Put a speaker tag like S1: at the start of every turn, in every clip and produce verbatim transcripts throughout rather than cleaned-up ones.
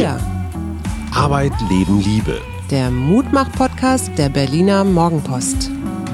S1: Wir.
S2: Arbeit, Leben, Liebe.
S1: Der Mutmach-Podcast der Berliner Morgenpost.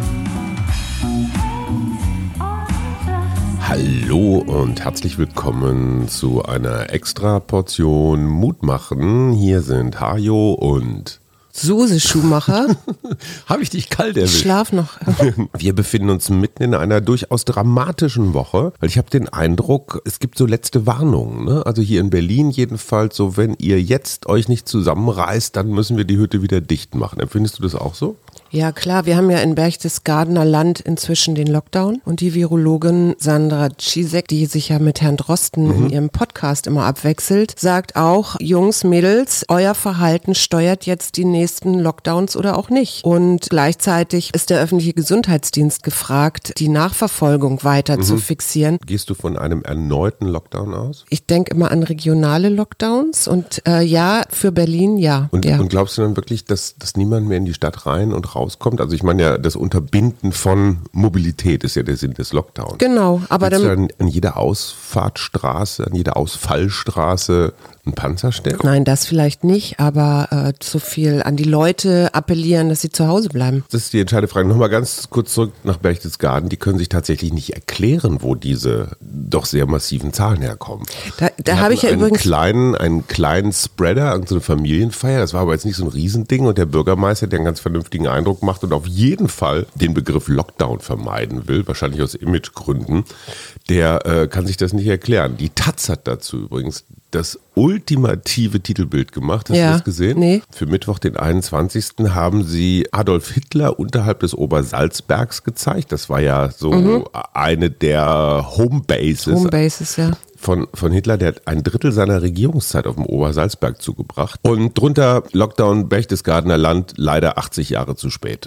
S2: Hallo und herzlich willkommen zu einer extra Portion Mutmachen. Hier sind Hajo und
S1: Suse Schumacher.
S2: Habe ich dich kalt erwischt?
S1: Schlaf noch.
S2: Wir befinden uns mitten in einer durchaus dramatischen Woche, weil ich habe den Eindruck, es gibt so letzte Warnungen. Ne? Also hier in Berlin jedenfalls so, wenn ihr jetzt euch nicht zusammenreißt, dann müssen wir die Hütte wieder dicht machen. Empfindest du das auch so?
S1: Ja klar, wir haben ja in Berchtesgadener Land inzwischen den Lockdown und die Virologin Sandra Czizek, die sich ja mit Herrn Drosten mhm. in ihrem Podcast immer abwechselt, sagt auch, Jungs, Mädels, euer Verhalten steuert jetzt die nächsten Lockdowns oder auch nicht. Und gleichzeitig ist der öffentliche Gesundheitsdienst gefragt, die Nachverfolgung weiter mhm. zu fixieren.
S2: Gehst du von einem erneuten Lockdown aus?
S1: Ich denke immer an regionale Lockdowns und äh, ja, für Berlin ja.
S2: Und,
S1: ja.
S2: und glaubst du dann wirklich, dass, dass niemand mehr in die Stadt rein und raus kommt? Also ich meine ja, das Unterbinden von Mobilität ist ja der Sinn des Lockdowns.
S1: Genau, aber
S2: Willst
S1: dann...
S2: du an, an jeder Ausfahrtstraße, an jeder Ausfallstraße einen Panzer stellen?
S1: Nein, das vielleicht nicht, aber äh, zu viel an die Leute appellieren, dass sie zu Hause bleiben.
S2: Das ist die entscheidende Frage. Nochmal ganz kurz zurück nach Berchtesgaden. Die können sich tatsächlich nicht erklären, wo diese doch sehr massiven Zahlen herkommen.
S1: Da, da habe ich ja
S2: einen
S1: übrigens...
S2: Kleinen, einen kleinen Spreader, so eine Familienfeier. Das war aber jetzt nicht so ein Riesending. Und der Bürgermeister, der einen ganz vernünftigen Eindruck macht und auf jeden Fall den Begriff Lockdown vermeiden will, wahrscheinlich aus Imagegründen, der äh, kann sich das nicht erklären. Die Taz hat dazu übrigens das ultimative Titelbild gemacht. Hast
S1: ja,
S2: du das gesehen?
S1: Nee.
S2: Für Mittwoch, den einundzwanzigsten haben sie Adolf Hitler unterhalb des Obersalzbergs gezeigt. Das war ja so mhm. eine der Homebases.
S1: Homebases, ja.
S2: Von, von Hitler, der hat ein Drittel seiner Regierungszeit auf dem Obersalzberg zugebracht. Und drunter Lockdown Berchtesgadener Land, leider achtzig Jahre zu spät.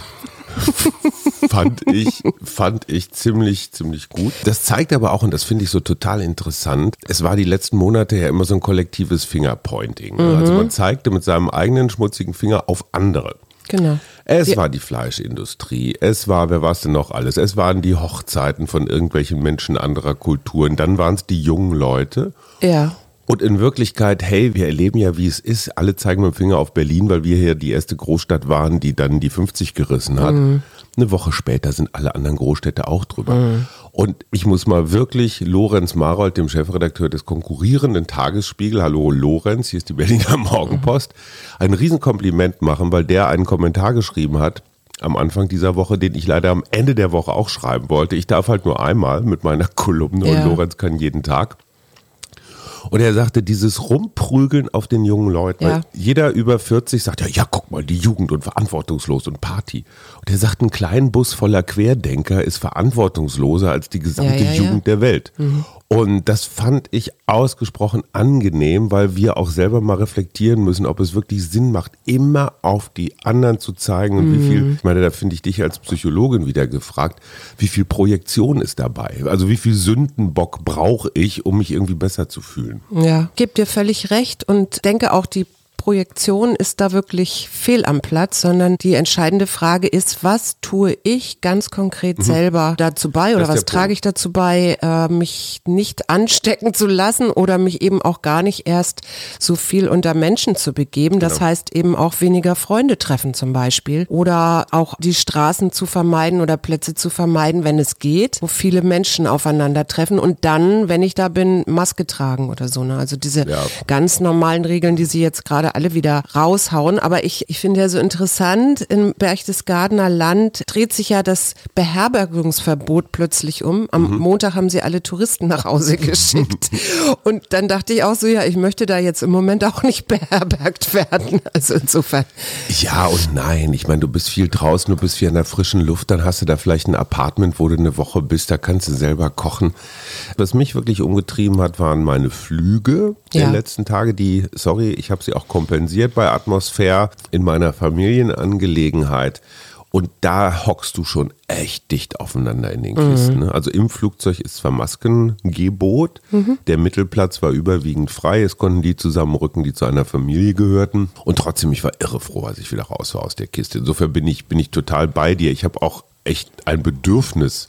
S2: fand ich, fand ich ziemlich, ziemlich gut. Das zeigt aber auch, und das finde ich so total interessant, es war die letzten Monate ja immer so ein kollektives Fingerpointing. Mhm. Also man zeigte mit seinem eigenen schmutzigen Finger auf andere.
S1: Genau.
S2: Es
S1: ja.
S2: war die Fleischindustrie, es war, wer war es denn noch alles? Es waren die Hochzeiten von irgendwelchen Menschen anderer Kulturen, dann waren es die jungen Leute.
S1: Ja.
S2: Und in Wirklichkeit, hey, wir erleben ja, wie es ist. Alle zeigen mit dem Finger auf Berlin, weil wir hier die erste Großstadt waren, die dann die fünfzig gerissen hat. Mhm. Eine Woche später sind alle anderen Großstädte auch drüber. Mhm. Und ich muss mal wirklich Lorenz Marold, dem Chefredakteur des konkurrierenden Tagesspiegel, hallo Lorenz, hier ist die Berliner Morgenpost, ein Riesenkompliment machen, weil der einen Kommentar geschrieben hat am Anfang dieser Woche, den ich leider am Ende der Woche auch schreiben wollte. Ich darf halt nur einmal mit meiner Kolumne
S1: ja.
S2: und Lorenz kann jeden Tag. Und er sagte, dieses Rumprügeln auf den jungen Leuten,
S1: ja.
S2: weil jeder über vierzig sagt, ja, ja, guck mal, die Jugend und verantwortungslos und Party. Und er sagt, ein kleiner Bus voller Querdenker ist verantwortungsloser als die gesamte
S1: ja, ja,
S2: Jugend
S1: ja.
S2: der Welt. Mhm. Und das fand ich ausgesprochen angenehm, weil wir auch selber mal reflektieren müssen, ob es wirklich Sinn macht, immer auf die anderen zu zeigen und mhm. wie viel, ich meine, da finde ich dich als Psychologin wieder gefragt, wie viel Projektion ist dabei? Also wie viel Sündenbock brauche ich, um mich irgendwie besser zu fühlen?
S1: Ja, gebe dir völlig recht und denke auch, die Projektion ist da wirklich fehl am Platz, sondern die entscheidende Frage ist, was tue ich ganz konkret mhm. selber dazu bei oder was trage ich dazu bei, äh, mich nicht anstecken zu lassen oder mich eben auch gar nicht erst so viel unter Menschen zu begeben. Das genau. heißt eben auch weniger Freunde treffen zum Beispiel oder auch die Straßen zu vermeiden oder Plätze zu vermeiden, wenn es geht, wo viele Menschen aufeinandertreffen und dann, wenn ich da bin, Maske tragen oder so. Ne? Also diese ja. ganz normalen Regeln, die Sie jetzt gerade alle wieder raushauen. Aber ich, ich finde ja so interessant, im Berchtesgadener Land dreht sich ja das Beherbergungsverbot plötzlich um. Am mhm. Montag haben sie alle Touristen nach Hause geschickt. Und dann dachte ich auch so, ja, ich möchte da jetzt im Moment auch nicht beherbergt werden. Also insofern.
S2: Ja und nein. Ich meine, du bist viel draußen, du bist viel in der frischen Luft, dann hast du da vielleicht ein Apartment, wo du eine Woche bist, da kannst du selber kochen. Was mich wirklich umgetrieben hat, waren meine Flüge ja. der letzten Tage, die, sorry, ich habe sie auch kompensiert bei Atmosphäre in meiner Familienangelegenheit. Und da hockst du schon echt dicht aufeinander in den Kisten. Mhm. Also im Flugzeug ist zwar Maskengebot, mhm. der Mittelplatz war überwiegend frei, es konnten die zusammenrücken, die zu einer Familie gehörten. Und trotzdem, ich war irre froh, als ich wieder raus war aus der Kiste. Insofern bin ich, bin ich total bei dir. Ich habe auch echt ein Bedürfnis,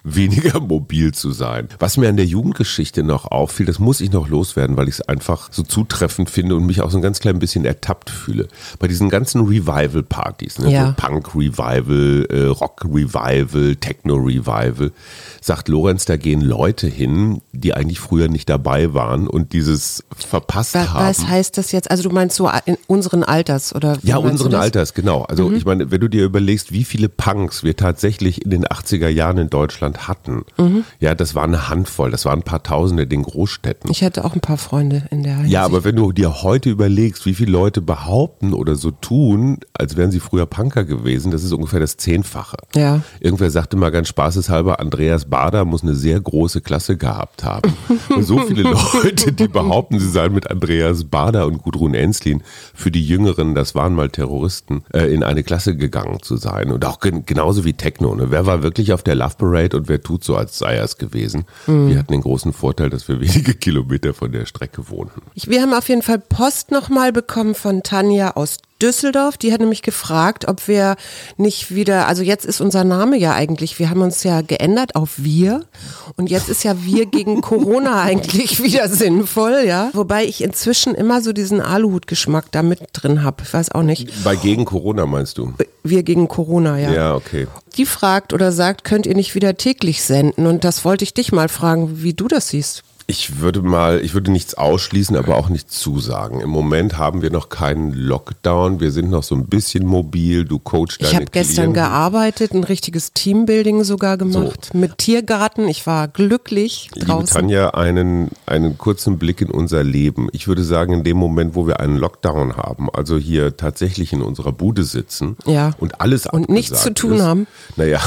S2: weniger mobil zu sein. Was mir an der Jugendgeschichte noch auffiel, das muss ich noch loswerden, weil ich es einfach so zutreffend finde und mich auch so ein ganz klein bisschen ertappt fühle. Bei diesen ganzen Revival-Partys, ne?
S1: Ja.
S2: So Punk-Revival, äh, Rock-Revival, Techno-Revival, sagt Lorenz, da gehen Leute hin, die eigentlich früher nicht dabei waren und dieses verpasst
S1: was,
S2: haben.
S1: Was heißt das jetzt? Also du meinst so in unseren Alters oder?
S2: Ja, unseren
S1: das?
S2: Alters, genau. Also mhm. ich meine, wenn du dir überlegst, wie viele Punks wir tatsächlich in den achtziger Jahren in Deutschland hatten, mhm. ja, das war eine Handvoll, das waren ein paar Tausende in den Großstädten.
S1: Ich hatte auch ein paar Freunde in der Hinsicht.
S2: Ja, aber wenn du dir heute überlegst, wie viele Leute behaupten oder so tun, als wären sie früher Punker gewesen, das ist ungefähr das Zehnfache.
S1: Ja.
S2: Irgendwer sagte mal ganz spaßeshalber, Andreas Baader muss eine sehr große Klasse gehabt haben. Und so viele Leute, die behaupten, sie seien mit Andreas Baader und Gudrun Enslin, für die Jüngeren, das waren mal Terroristen, äh, in eine Klasse gegangen zu sein. Und auch gen- genauso wie Techno. Ne? Wer war wirklich auf der Love Parade und wer tut so, als sei er es gewesen? Mhm. Wir hatten den großen Vorteil, dass wir wenige Kilometer von der Strecke wohnten.
S1: Ich, wir haben auf jeden Fall Post nochmal bekommen von Tanja aus Düsseldorf, die hat nämlich gefragt, ob wir nicht wieder, also jetzt ist unser Name ja eigentlich, wir haben uns ja geändert auf wir und jetzt ist ja wir gegen Corona eigentlich wieder sinnvoll, ja. Wobei ich inzwischen immer so diesen Aluhut-Geschmack da mit drin habe, ich weiß auch nicht.
S2: Bei gegen Corona meinst du?
S1: Wir gegen Corona, ja.
S2: Ja, okay.
S1: Die fragt oder sagt, könnt ihr nicht wieder täglich senden? Und das wollte ich dich mal fragen, wie du das siehst.
S2: Ich würde mal, ich würde nichts ausschließen, aber auch nichts zusagen. Im Moment haben wir noch keinen Lockdown. Wir sind noch so ein bisschen mobil. Du coachst deine
S1: Ich habe gestern
S2: Klienten.
S1: gearbeitet, ein richtiges Teambuilding sogar gemacht. So. Mit Tiergarten. Ich war glücklich draußen.
S2: Liebe Tanja, einen, einen kurzen Blick in unser Leben. Ich würde sagen, in dem Moment, wo wir einen Lockdown haben, also hier tatsächlich in unserer Bude sitzen
S1: ja.
S2: und alles
S1: und nichts zu tun
S2: ist,
S1: haben.
S2: Naja,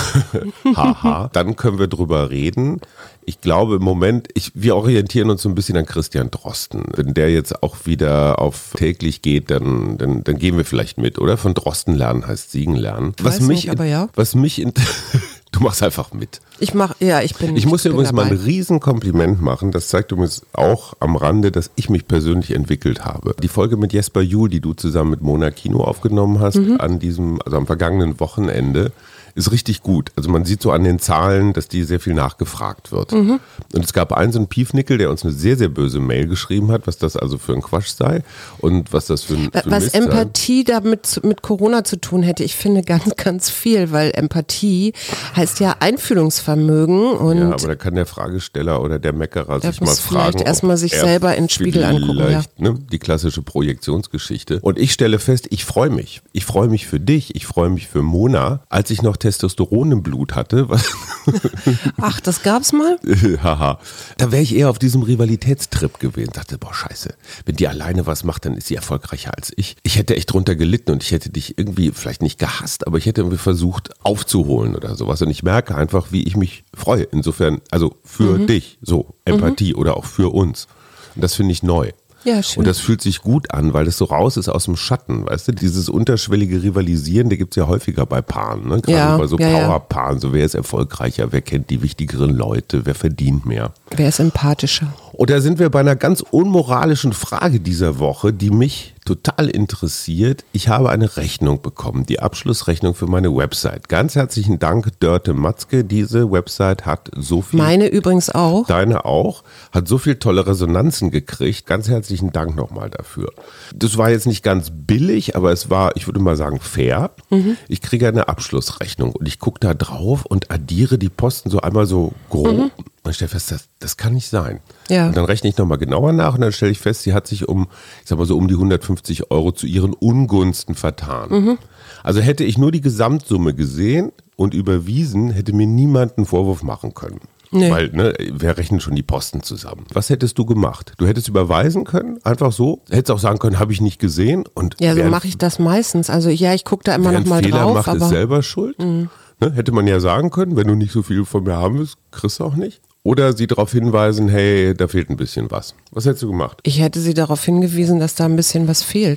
S2: haha, dann können wir drüber reden. Ich glaube im Moment, ich, wir orientieren uns so ein bisschen an Christian Drosten. Wenn der jetzt auch wieder auf täglich geht, dann, dann, dann gehen wir vielleicht mit, oder? Von Drosten lernen heißt Siegen lernen.
S1: Ich
S2: was
S1: weiß
S2: mich,
S1: nicht, aber ja.
S2: Was mich, in, du machst einfach mit.
S1: Ich mach, ja, ich bin
S2: Ich muss dir übrigens
S1: dabei.
S2: mal ein Riesenkompliment machen. Das zeigt übrigens auch am Rande, dass ich mich persönlich entwickelt habe. Die Folge mit Jesper Juhl, die du zusammen mit Mona Kino aufgenommen hast, mhm. an diesem, also am vergangenen Wochenende, ist richtig gut. Also man sieht so an den Zahlen, dass die sehr viel nachgefragt wird. Mhm. Und es gab einen so einen Piefnickel, der uns eine sehr, sehr böse Mail geschrieben hat, was das also für ein Quatsch sei und was das für ein, für ein
S1: Was
S2: Mist
S1: Empathie damit mit Corona zu tun hätte, ich finde ganz, ganz viel, weil Empathie heißt ja Einfühlungsvermögen. Und
S2: ja, aber da kann der Fragesteller oder der Meckerer sich mal fragen,
S1: vielleicht erstmal sich selber in den Spiegel angucken. Ja.
S2: Ne, die klassische Projektionsgeschichte. Und ich stelle fest, ich freue mich. Ich freue mich für dich, ich freue mich für Mona, als ich noch Testosteron im Blut hatte.
S1: Ach, das gab's mal?
S2: Haha. Da wäre ich eher auf diesem Rivalitätstrip gewesen. Dachte, boah, scheiße, wenn die alleine was macht, dann ist sie erfolgreicher als ich. Ich hätte echt drunter gelitten und ich hätte dich irgendwie, vielleicht nicht gehasst, aber ich hätte irgendwie versucht aufzuholen oder sowas. Und ich merke einfach, wie ich mich freue. Insofern, also für mhm. dich, so Empathie mhm. oder auch für uns. Und das finde ich neu.
S1: Ja, schön.
S2: Und das fühlt sich gut an, weil es so raus ist aus dem Schatten, weißt du? Dieses unterschwellige Rivalisieren, der gibt es ja häufiger bei Paaren, ne? Gerade
S1: ja,
S2: bei so
S1: ja,
S2: Powerpaaren, so wer ist erfolgreicher, wer kennt die wichtigeren Leute, wer verdient mehr.
S1: Wer ist empathischer?
S2: Und da sind wir bei einer ganz unmoralischen Frage dieser Woche, die mich total interessiert. Ich habe eine Rechnung bekommen, die Abschlussrechnung für meine Website. Ganz herzlichen Dank, Dörte Matzke. Diese Website hat so viel...
S1: Meine übrigens auch.
S2: Deine auch. Hat so viel tolle Resonanzen gekriegt. Ganz herzlichen Dank nochmal dafür. Das war jetzt nicht ganz billig, aber es war, ich würde mal sagen, fair. Mhm. Ich kriege eine Abschlussrechnung und ich gucke da drauf und addiere die Posten so einmal so grob. Mhm. Und ich stelle fest, das, das kann nicht sein.
S1: Ja.
S2: Und dann rechne ich nochmal genauer nach und dann stelle ich fest, sie hat sich um, ich sag mal so um die hundertfünfzig Euro zu ihren Ungunsten vertan. Mhm. Also hätte ich nur die Gesamtsumme gesehen und überwiesen, hätte mir niemand einen Vorwurf machen können. Nee. Weil, ne, wer rechnet schon die Posten zusammen? Was hättest du gemacht? Du hättest überweisen können, einfach so. Hättest auch sagen können, habe ich nicht gesehen. Und
S1: ja, so mache ich das meistens. Also ja, ich gucke da immer noch mal
S2: Fehler
S1: drauf.
S2: Macht,
S1: aber
S2: ist selber schuld. Mhm. Ne, hätte man ja sagen können, wenn du nicht so viel von mir haben willst, kriegst du auch nicht. Oder sie darauf hinweisen, hey, da fehlt ein bisschen was. Was hättest du gemacht?
S1: Ich hätte sie darauf hingewiesen, dass da ein bisschen was fehlt.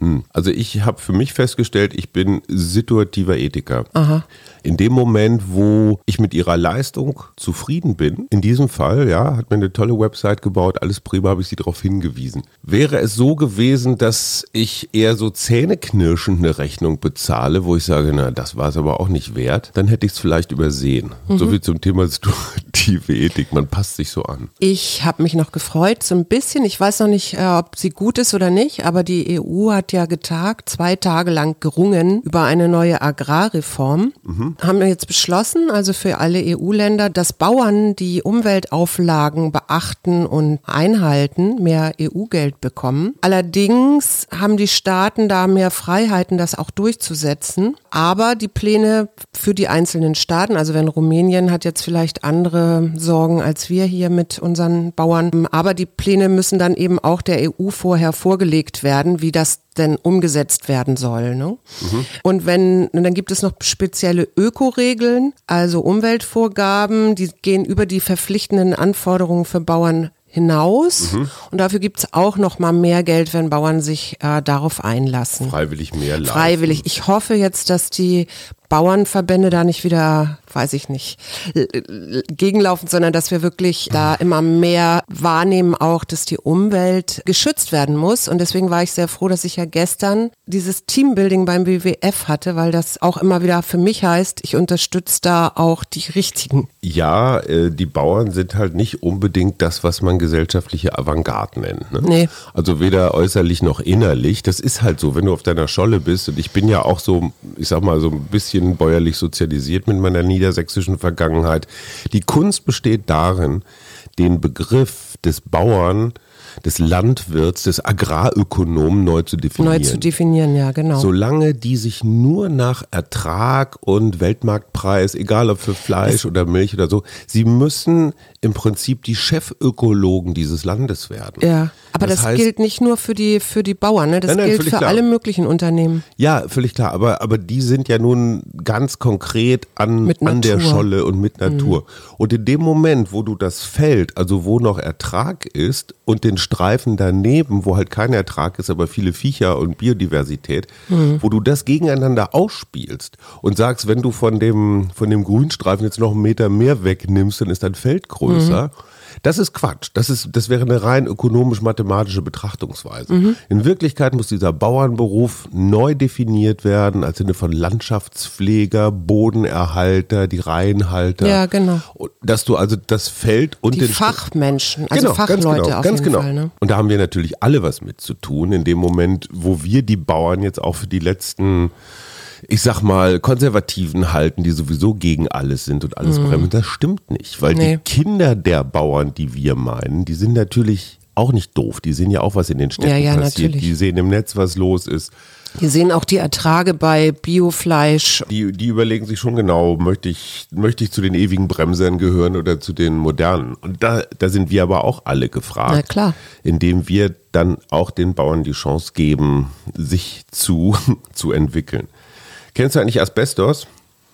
S2: Hm. Also ich habe für mich festgestellt, ich bin situativer Ethiker.
S1: Aha.
S2: In dem Moment, wo ich mit ihrer Leistung zufrieden bin, in diesem Fall, ja, hat mir eine tolle Website gebaut, alles prima, habe ich sie darauf hingewiesen. Wäre es so gewesen, dass ich eher so zähneknirschend eine Rechnung bezahle, wo ich sage, na, das war es aber auch nicht wert, dann hätte ich es vielleicht übersehen. Mhm. So viel zum Thema situative Ethik, man passt sich so an.
S1: Ich habe mich noch gefreut, so ein bisschen, ich weiß noch nicht, ob sie gut ist oder nicht, aber die E U hat ja getagt, zwei Tage lang gerungen über eine neue Agrarreform. Mhm. Haben wir jetzt beschlossen, also für alle E U-Länder, dass Bauern, die Umweltauflagen beachten und einhalten, mehr E U-Geld bekommen. Allerdings haben die Staaten da mehr Freiheiten, das auch durchzusetzen. Aber die Pläne für die einzelnen Staaten, also wenn Rumänien hat jetzt vielleicht andere Sorgen als wir hier mit unseren Bauern, aber die Pläne müssen dann eben auch der E U vorher vorgelegt werden, wie das denn umgesetzt werden soll. Ne? Mhm. Und wenn, dann gibt es noch spezielle Ökoregeln, also Umweltvorgaben, die gehen über die verpflichtenden Anforderungen für Bauern hinaus. Mhm. Und dafür gibt es auch noch mal mehr Geld, wenn Bauern sich äh, darauf einlassen.
S2: Freiwillig mehr leisten.
S1: Freiwillig. Ich hoffe jetzt, dass die Bauernverbände da nicht wieder, weiß ich nicht, gegenlaufen, sondern dass wir wirklich da immer mehr wahrnehmen auch, dass die Umwelt geschützt werden muss. Und deswegen war ich sehr froh, dass ich ja gestern dieses Teambuilding beim W W F hatte, weil das auch immer wieder für mich heißt, ich unterstütze da auch die Richtigen.
S2: Ja, äh, die Bauern sind halt nicht unbedingt das, was man gesellschaftliche Avantgarde nennt. Ne?
S1: Nee.
S2: Also weder äußerlich noch innerlich. Das ist halt so, wenn du auf deiner Scholle bist. Und ich bin ja auch so, ich sag mal, so ein bisschen bäuerlich sozialisiert mit meiner niedersächsischen Vergangenheit. Die Kunst besteht darin, den Begriff des Bauern, des Landwirts, des Agrarökonomen neu zu definieren.
S1: Neu zu definieren, ja, genau.
S2: Solange die sich nur nach Ertrag und Weltmarktpreis, egal ob für Fleisch das oder Milch oder so, sie müssen im Prinzip die Chefökologen dieses Landes werden.
S1: Ja, aber das, das heißt, gilt nicht nur für die, für die Bauern, ne? Das nein, nein, gilt für klar. alle möglichen Unternehmen.
S2: Ja, völlig klar, aber, aber die sind ja nun ganz konkret an, an der Scholle und mit Natur. Mhm. Und in dem Moment, wo du das Feld, also wo noch Ertrag ist und den Streifen daneben, wo halt kein Ertrag ist, aber viele Viecher und Biodiversität, mhm. wo du das gegeneinander ausspielst und sagst, wenn du von dem, von dem Grünstreifen jetzt noch einen Meter mehr wegnimmst, dann ist dein Feld größer. Mhm. Das ist Quatsch. Das ist, das wäre eine rein ökonomisch-mathematische Betrachtungsweise. Mhm. In Wirklichkeit muss dieser Bauernberuf neu definiert werden, als Sinne von Landschaftspfleger, Bodenerhalter, die Reihenhalter.
S1: Ja, genau.
S2: Dass du also das Feld und
S1: die
S2: den
S1: Fachmenschen, also
S2: genau,
S1: Fachleute
S2: ganz genau,
S1: auf
S2: ganz
S1: jeden
S2: genau.
S1: Fall. Ne?
S2: Und da haben wir natürlich alle was mit zu tun, in dem Moment, wo wir die Bauern jetzt auch für die letzten, ich sag mal, Konservativen halten, die sowieso gegen alles sind und alles mhm. bremsen. Das stimmt nicht, weil nee. die Kinder der Bauern, die wir meinen, die sind natürlich auch nicht doof. Die sehen ja auch, was in den Städten
S1: ja, ja,
S2: passiert.
S1: Natürlich.
S2: Die sehen im Netz, was los ist.
S1: Die sehen auch die Ertrage bei Biofleisch.
S2: Die, die überlegen sich schon genau, möchte ich, möchte ich zu den ewigen Bremsern gehören oder zu den modernen? Und da, da sind wir aber auch alle gefragt.
S1: Na klar. Indem
S2: wir dann auch den Bauern die Chance geben, sich zu, zu entwickeln. Kennst du eigentlich Asbestos?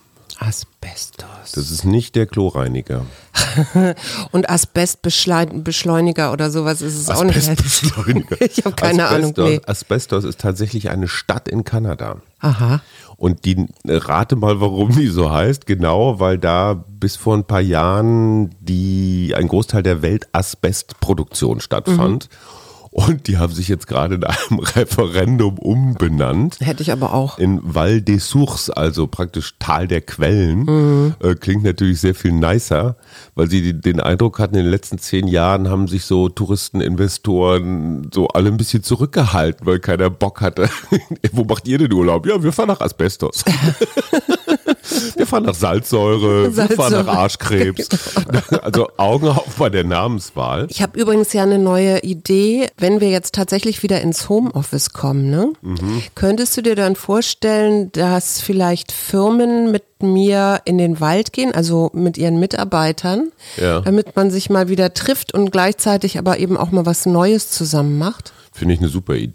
S1: Asbestos.
S2: Das ist nicht der Kloreiniger.
S1: Und Asbestbeschleuniger oder sowas ist es auch nicht.
S2: Asbestbeschleuniger.
S1: Ich habe keine
S2: Asbestos,
S1: Ahnung. Nee.
S2: Asbestos ist tatsächlich eine Stadt in Kanada.
S1: Aha.
S2: Und die, rate mal, warum die so heißt. Genau, weil da bis vor ein paar Jahren die, ein Großteil der Weltasbestproduktion stattfand. Mhm. Und die haben sich jetzt gerade in einem Referendum umbenannt.
S1: Hätte ich aber auch.
S2: In Val des Sources, also praktisch Tal der Quellen. Mhm. Äh, klingt natürlich sehr viel nicer, weil sie den Eindruck hatten, in den letzten zehn Jahren haben sich so Touristen, Investoren so alle ein bisschen zurückgehalten, weil keiner Bock hatte. Wo macht ihr denn Urlaub? Ja, wir fahren nach Asbestos. Wir fahren nach Salzsäure, Salzsäure. Wir fahren nach Arschkrebs. Also Augen auf bei der Namenswahl.
S1: Ich habe übrigens ja eine neue Idee. Wenn wir jetzt tatsächlich wieder ins Homeoffice kommen, ne? Mhm. Könntest du dir dann vorstellen, dass vielleicht Firmen mit mir in den Wald gehen, also mit ihren Mitarbeitern, ja. damit man sich mal wieder trifft und gleichzeitig aber eben auch mal was Neues zusammen macht?
S2: Finde ich eine super Idee.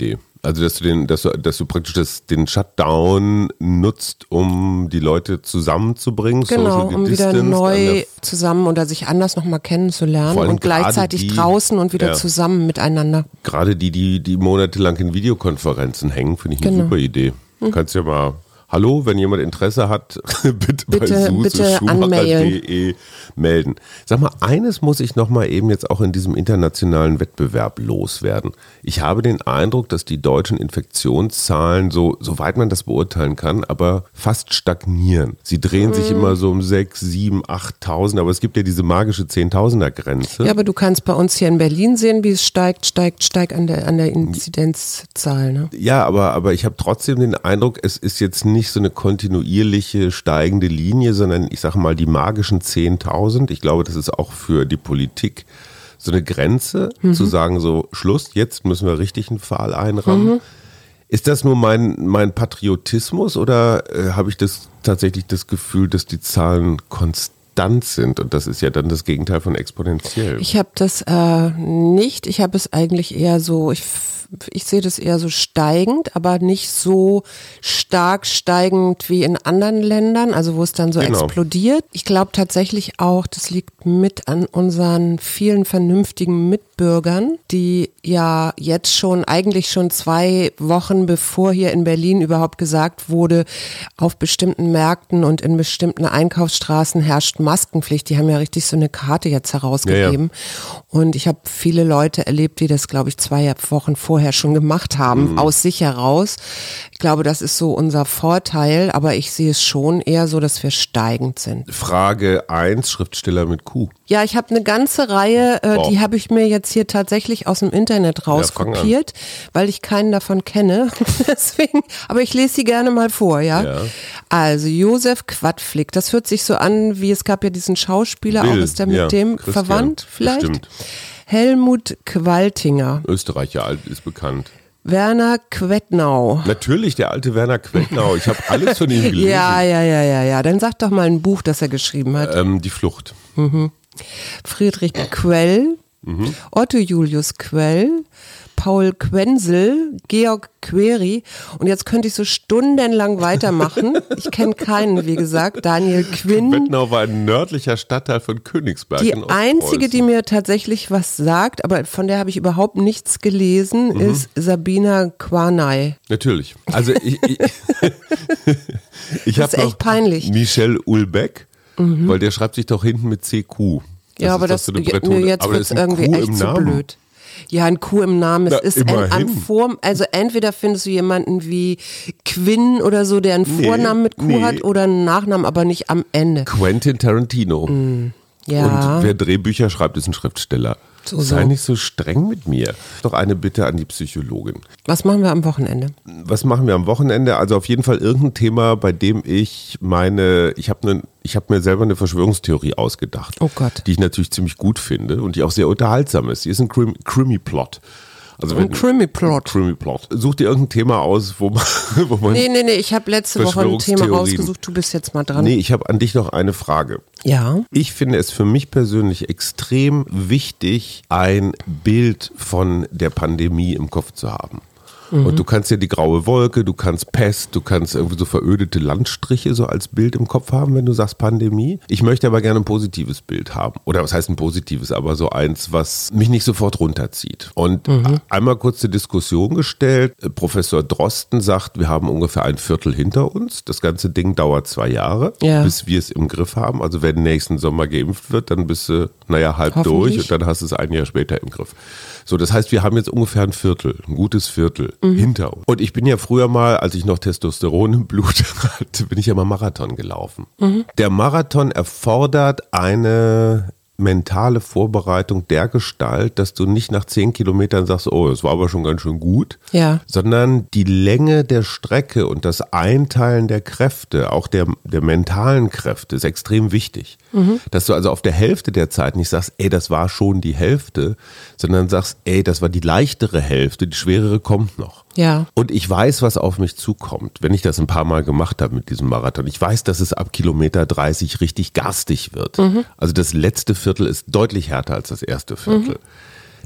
S2: Also dass du den, dass du, dass du praktisch das, den Shutdown nutzt, um die Leute zusammenzubringen,
S1: genau,
S2: Social
S1: um wieder
S2: Distance,
S1: neu zusammen oder sich anders nochmal kennenzulernen und gleichzeitig die, draußen und wieder ja, zusammen miteinander.
S2: Gerade die, die, die monatelang in Videokonferenzen hängen, finde ich eine genau. super Idee. Du hm. kannst ja mal, hallo, wenn jemand Interesse hat, bitte, bitte bei
S1: bitte anmailen.
S2: punkt de melden. Sag mal, eines muss ich nochmal eben jetzt auch in diesem internationalen Wettbewerb loswerden. Ich habe den Eindruck, dass die deutschen Infektionszahlen, so soweit man das beurteilen kann, aber fast stagnieren. Sie drehen mhm. sich immer so um sechs, sieben, achttausend, aber es gibt ja diese magische Zehntausender-Grenze.
S1: Ja, aber du kannst bei uns hier in Berlin sehen, wie es steigt, steigt, steigt an der, an der Inzidenzzahl. Ne?
S2: Ja, aber, aber ich habe trotzdem den Eindruck, es ist jetzt nicht so eine kontinuierliche steigende Linie, sondern ich sage mal die magischen zehntausend. Ich glaube, das ist auch für die Politik so eine Grenze, mhm. zu sagen so Schluss, jetzt müssen wir richtig einen Pfahl einrammen. Mhm. Ist das nur mein, mein Patriotismus oder äh, habe ich das tatsächlich das Gefühl, dass die Zahlen konstant sind und das ist ja dann das Gegenteil von exponentiell?
S1: Ich habe das äh, nicht, ich habe es eigentlich eher so, ich Ich sehe das eher so steigend, aber nicht so stark steigend wie in anderen Ländern, also wo es dann so genau. explodiert. Ich glaube tatsächlich auch, das liegt mit an unseren vielen vernünftigen Mitbürgern, die ja jetzt schon, eigentlich schon zwei Wochen bevor hier in Berlin überhaupt gesagt wurde, auf bestimmten Märkten und in bestimmten Einkaufsstraßen herrscht Maskenpflicht. Die haben ja richtig so eine Karte jetzt herausgegeben. Ja, ja. Und ich habe viele Leute erlebt, die das, glaube ich, zwei Wochen vorher schon gemacht haben, mhm. aus sich heraus. Ich glaube, das ist so unser Vorteil, aber ich sehe es schon eher so, dass wir steigend sind.
S2: Frage eins, Schriftsteller mit Q.
S1: Ja, ich habe eine ganze Reihe, äh, oh. die habe ich mir jetzt hier tatsächlich aus dem Internet rauskopiert, ja, weil ich keinen davon kenne. Deswegen, aber ich lese sie gerne mal vor, ja. ja. Also Josef Quadflick, das hört sich so an, wie es gab ja diesen Schauspieler, Bill. Auch ist der mit ja, dem Christian. Verwandt vielleicht?
S2: Bestimmt.
S1: Helmut Qualtinger.
S2: Österreicher, alt ist bekannt.
S1: Werner Quettnau.
S2: Natürlich, der alte Werner Quettnau. Ich habe alles von ihm gelesen.
S1: ja, ja, ja, ja, ja. Dann sag doch mal ein Buch, das er geschrieben hat.
S2: Ähm, die Flucht.
S1: Mhm. Friedrich Quell, mhm. Otto Julius Quell, Paul Quenzel, Georg Query und jetzt könnte ich so stundenlang weitermachen. Ich kenne keinen, wie gesagt, Daniel Quinn.
S2: Quettnau war ein nördlicher Stadtteil von Königsberg.
S1: Die einzige, die mir tatsächlich was sagt, aber von der habe ich überhaupt nichts gelesen, mhm. ist Sabina Quanay.
S2: Natürlich. Also ich, ich, ich habe noch
S1: peinlich.
S2: Michel Ulbeck, mhm. weil der schreibt sich doch hinten mit C Q.
S1: Das ja, aber das, so nö, jetzt wird es irgendwie Q echt so blöd. Ja, ein Q im Namen. Es Na, ist ein, ein Form, also entweder findest du jemanden wie Quinn oder so, der einen nee, Vornamen mit Q nee. hat oder einen Nachnamen, aber nicht am Ende.
S2: Quentin Tarantino.
S1: Mm, ja.
S2: Und wer Drehbücher schreibt, ist ein Schriftsteller.
S1: So,
S2: Sei
S1: so.
S2: nicht so streng mit mir. Doch eine Bitte an die Psychologin.
S1: Was machen wir am Wochenende?
S2: Was machen wir am Wochenende? Also auf jeden Fall irgendein Thema, bei dem ich meine, ich habe ne, ich hab mir selber eine Verschwörungstheorie ausgedacht.
S1: Oh Gott.
S2: Die ich natürlich ziemlich gut finde und die auch sehr unterhaltsam ist. Die ist ein Crim- Krimi-Plot. Also
S1: ein Krimi-Plot.
S2: Krimi-Plot. Such dir irgendein Thema aus, wo man... Wo man
S1: nee, nee, nee, ich habe letzte Woche ein Thema rausgesucht, du bist jetzt mal dran.
S2: Nee, ich habe an dich noch eine Frage.
S1: Ja.
S2: Ich finde es für mich persönlich extrem wichtig, ein Bild von der Pandemie im Kopf zu haben. Mhm. Und du kannst ja die graue Wolke, du kannst Pest, du kannst irgendwie so verödete Landstriche so als Bild im Kopf haben, wenn du sagst Pandemie. Ich möchte aber gerne ein positives Bild haben. Oder was heißt ein positives, aber so eins, was mich nicht sofort runterzieht. Und mhm. einmal kurz zur Diskussion gestellt. Professor Drosten sagt, wir haben ungefähr ein Viertel hinter uns. Das ganze Ding dauert zwei Jahre, ja. bis wir es im Griff haben. Also wenn nächsten Sommer geimpft wird, dann bist du, naja, halb durch und dann hast du es ein Jahr später im Griff. So, das heißt, wir haben jetzt ungefähr ein Viertel, ein gutes Viertel mhm. hinter uns. Und ich bin ja früher mal, als ich noch Testosteron im Blut hatte, bin ich ja mal Marathon gelaufen. Mhm. Der Marathon erfordert eine mentale Vorbereitung der Gestalt, dass du nicht nach zehn Kilometern sagst, oh, das war aber schon ganz schön gut,
S1: ja.
S2: sondern die Länge der Strecke und das Einteilen der Kräfte, auch der, der mentalen Kräfte, ist extrem wichtig. Mhm. Dass du also auf der Hälfte der Zeit nicht sagst, ey, das war schon die Hälfte, sondern sagst, ey, das war die leichtere Hälfte, die schwerere kommt noch.
S1: Ja.
S2: Und ich weiß, was auf mich zukommt, wenn ich das ein paar Mal gemacht habe mit diesem Marathon. Ich weiß, dass es ab Kilometer dreißig richtig garstig wird. Mhm. Also das letzte Viertel ist deutlich härter als das erste Viertel. Mhm.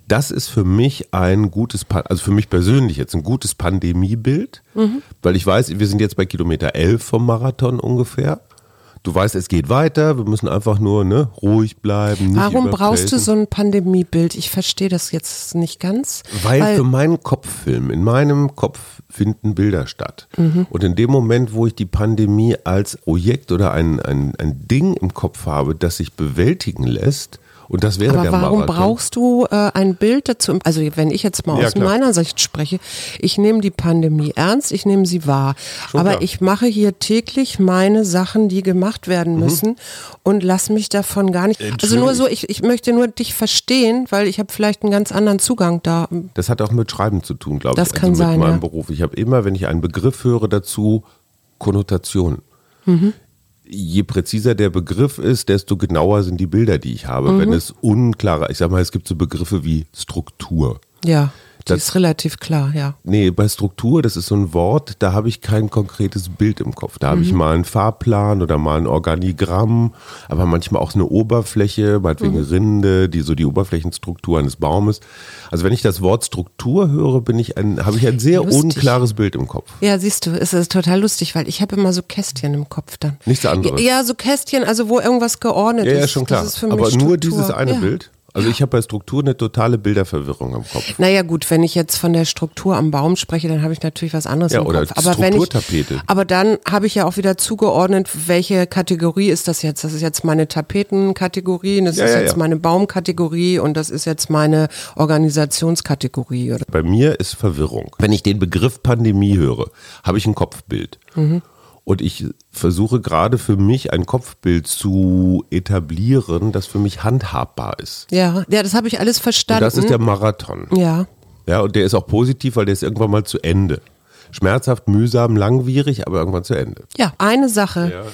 S2: Das ist für mich ein gutes, also für mich persönlich jetzt ein gutes Pandemiebild, mhm. weil ich weiß, wir sind jetzt bei Kilometer elf vom Marathon ungefähr. Du weißt, es geht weiter, wir müssen einfach nur ne, ruhig bleiben. Nicht
S1: Warum brauchst du so ein Pandemiebild? Ich verstehe das jetzt nicht ganz.
S2: Weil, weil für meinen Kopffilm, in meinem Kopf finden Bilder statt. Mhm. Und in dem Moment, wo ich die Pandemie als Projekt oder ein, ein, ein Ding im Kopf habe, das sich bewältigen lässt, und das wäre
S1: Aber
S2: der
S1: warum
S2: Marathon.
S1: brauchst du äh, ein Bild dazu? Also wenn ich jetzt mal
S2: Ja,
S1: aus
S2: klar.
S1: meiner Sicht spreche, ich nehme die Pandemie ernst, ich nehme sie wahr.
S2: Schon
S1: aber
S2: klar.
S1: ich mache hier täglich meine Sachen, die gemacht werden müssen mhm. und lass mich davon gar nicht. Also nur so, ich, ich möchte nur dich verstehen, weil ich habe vielleicht einen ganz anderen Zugang da.
S2: Das hat auch mit Schreiben zu tun, glaube ich.
S1: Das kann
S2: also mit
S1: sein,
S2: meinem
S1: ja.
S2: Beruf. Ich habe immer, wenn ich einen Begriff höre, dazu Konnotationen. Mhm. Je präziser der Begriff ist, desto genauer sind die Bilder, die ich habe. Mhm. Wenn es unklarer, ich sag mal, es gibt so Begriffe wie Struktur.
S1: Ja, die
S2: das,
S1: ist relativ klar, ja.
S2: Nee, bei Struktur, das ist so ein Wort, da habe ich kein konkretes Bild im Kopf. Da habe mhm. ich mal einen Fahrplan oder mal ein Organigramm, aber manchmal auch eine Oberfläche, meinetwegen mhm. Rinde, die so die Oberflächenstruktur eines Baumes. Also wenn ich das Wort Struktur höre, bin ich ein, habe ich ein sehr lustig. unklares Bild im Kopf.
S1: Ja, siehst du, es ist total lustig, weil ich habe immer so Kästchen im Kopf dann.
S2: Nichts anderes.
S1: Ja, so Kästchen, also wo irgendwas geordnet
S2: ja,
S1: ist.
S2: Ja, schon klar.
S1: Das ist für
S2: aber
S1: mich
S2: nur
S1: Struktur.
S2: dieses eine
S1: ja.
S2: Bild? Also ich habe bei Struktur eine totale Bilderverwirrung im Kopf.
S1: Naja gut, wenn ich jetzt von der Struktur am Baum spreche, dann habe ich natürlich was anderes
S2: ja,
S1: im
S2: oder
S1: Kopf. Aber wenn ich,
S2: Strukturtapete.
S1: aber dann habe ich ja auch wieder zugeordnet, welche Kategorie ist das jetzt? Das ist jetzt meine Tapetenkategorie, das
S2: ja,
S1: ist
S2: ja,
S1: jetzt
S2: ja.
S1: meine Baumkategorie und das ist jetzt meine Organisationskategorie. Oder?
S2: Bei mir ist Verwirrung. Wenn ich den Begriff Pandemie höre, habe ich ein Kopfbild. Mhm. Und ich versuche gerade für mich ein Kopfbild zu etablieren, das für mich handhabbar ist.
S1: Ja, ja, das habe ich alles verstanden.
S2: Und das ist der Marathon.
S1: Ja.
S2: Ja, und der ist auch positiv, weil der ist irgendwann mal zu Ende. Schmerzhaft, mühsam, langwierig, aber irgendwann zu Ende.
S1: Ja, eine Sache.
S2: Ja.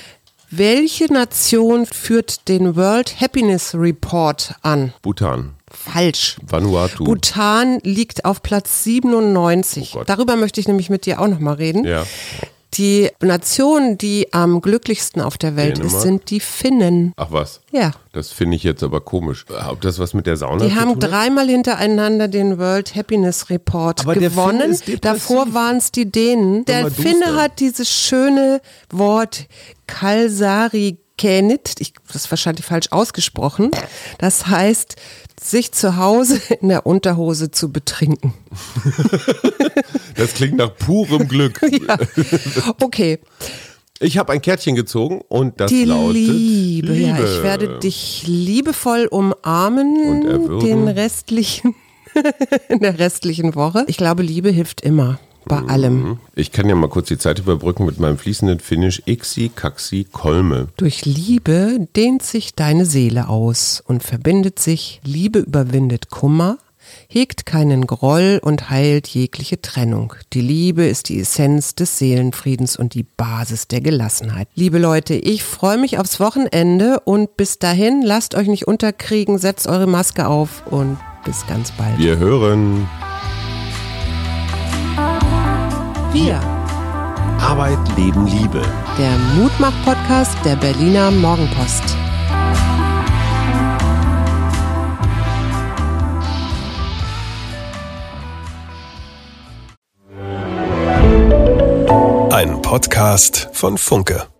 S1: Welche Nation führt den World Happiness Report an?
S2: Bhutan.
S1: Falsch.
S2: Vanuatu.
S1: Bhutan liegt auf Platz siebenundneunzig.
S2: Oh Gott.
S1: Darüber möchte ich nämlich mit dir auch nochmal reden.
S2: Ja.
S1: Die Nation, die am glücklichsten auf der Welt
S2: Dänemark?
S1: ist, sind die Finnen.
S2: Ach was?
S1: Ja.
S2: Das finde ich jetzt aber komisch. Ob das was mit der Sauna
S1: Die
S2: zu
S1: haben
S2: tun hat?
S1: dreimal hintereinander den World Happiness Report
S2: Aber der
S1: gewonnen.
S2: Finne ist depressiv.
S1: Davor waren es die Dänen. Der
S2: mal
S1: Finne
S2: duster.
S1: hat dieses schöne Wort Kalsari Kenit, ich das ist wahrscheinlich falsch ausgesprochen. Das heißt, sich zu Hause in der Unterhose zu betrinken.
S2: Das klingt nach purem Glück.
S1: Ja. Okay.
S2: Ich habe ein Kärtchen gezogen und das
S1: Die
S2: lautet
S1: Liebe.
S2: Liebe.
S1: Ja, ich werde dich liebevoll umarmen
S2: Und erwürgen.
S1: den restlichen, in der restlichen Woche. Ich glaube, Liebe hilft immer. Bei allem.
S2: Ich kann ja mal kurz die Zeit überbrücken mit meinem fließenden Finnisch. Iksi, Kaksi, Kolme.
S1: Durch Liebe dehnt sich deine Seele aus und verbindet sich. Liebe überwindet Kummer, hegt keinen Groll und heilt jegliche Trennung. Die Liebe ist die Essenz des Seelenfriedens und die Basis der Gelassenheit. Liebe Leute, ich freue mich aufs Wochenende und bis dahin, lasst euch nicht unterkriegen, setzt eure Maske auf und bis ganz bald.
S2: Wir hören
S1: Wir.
S2: Arbeit, Leben, Liebe.
S1: Der Mutmach-Podcast der Berliner Morgenpost.
S3: Ein Podcast von Funke.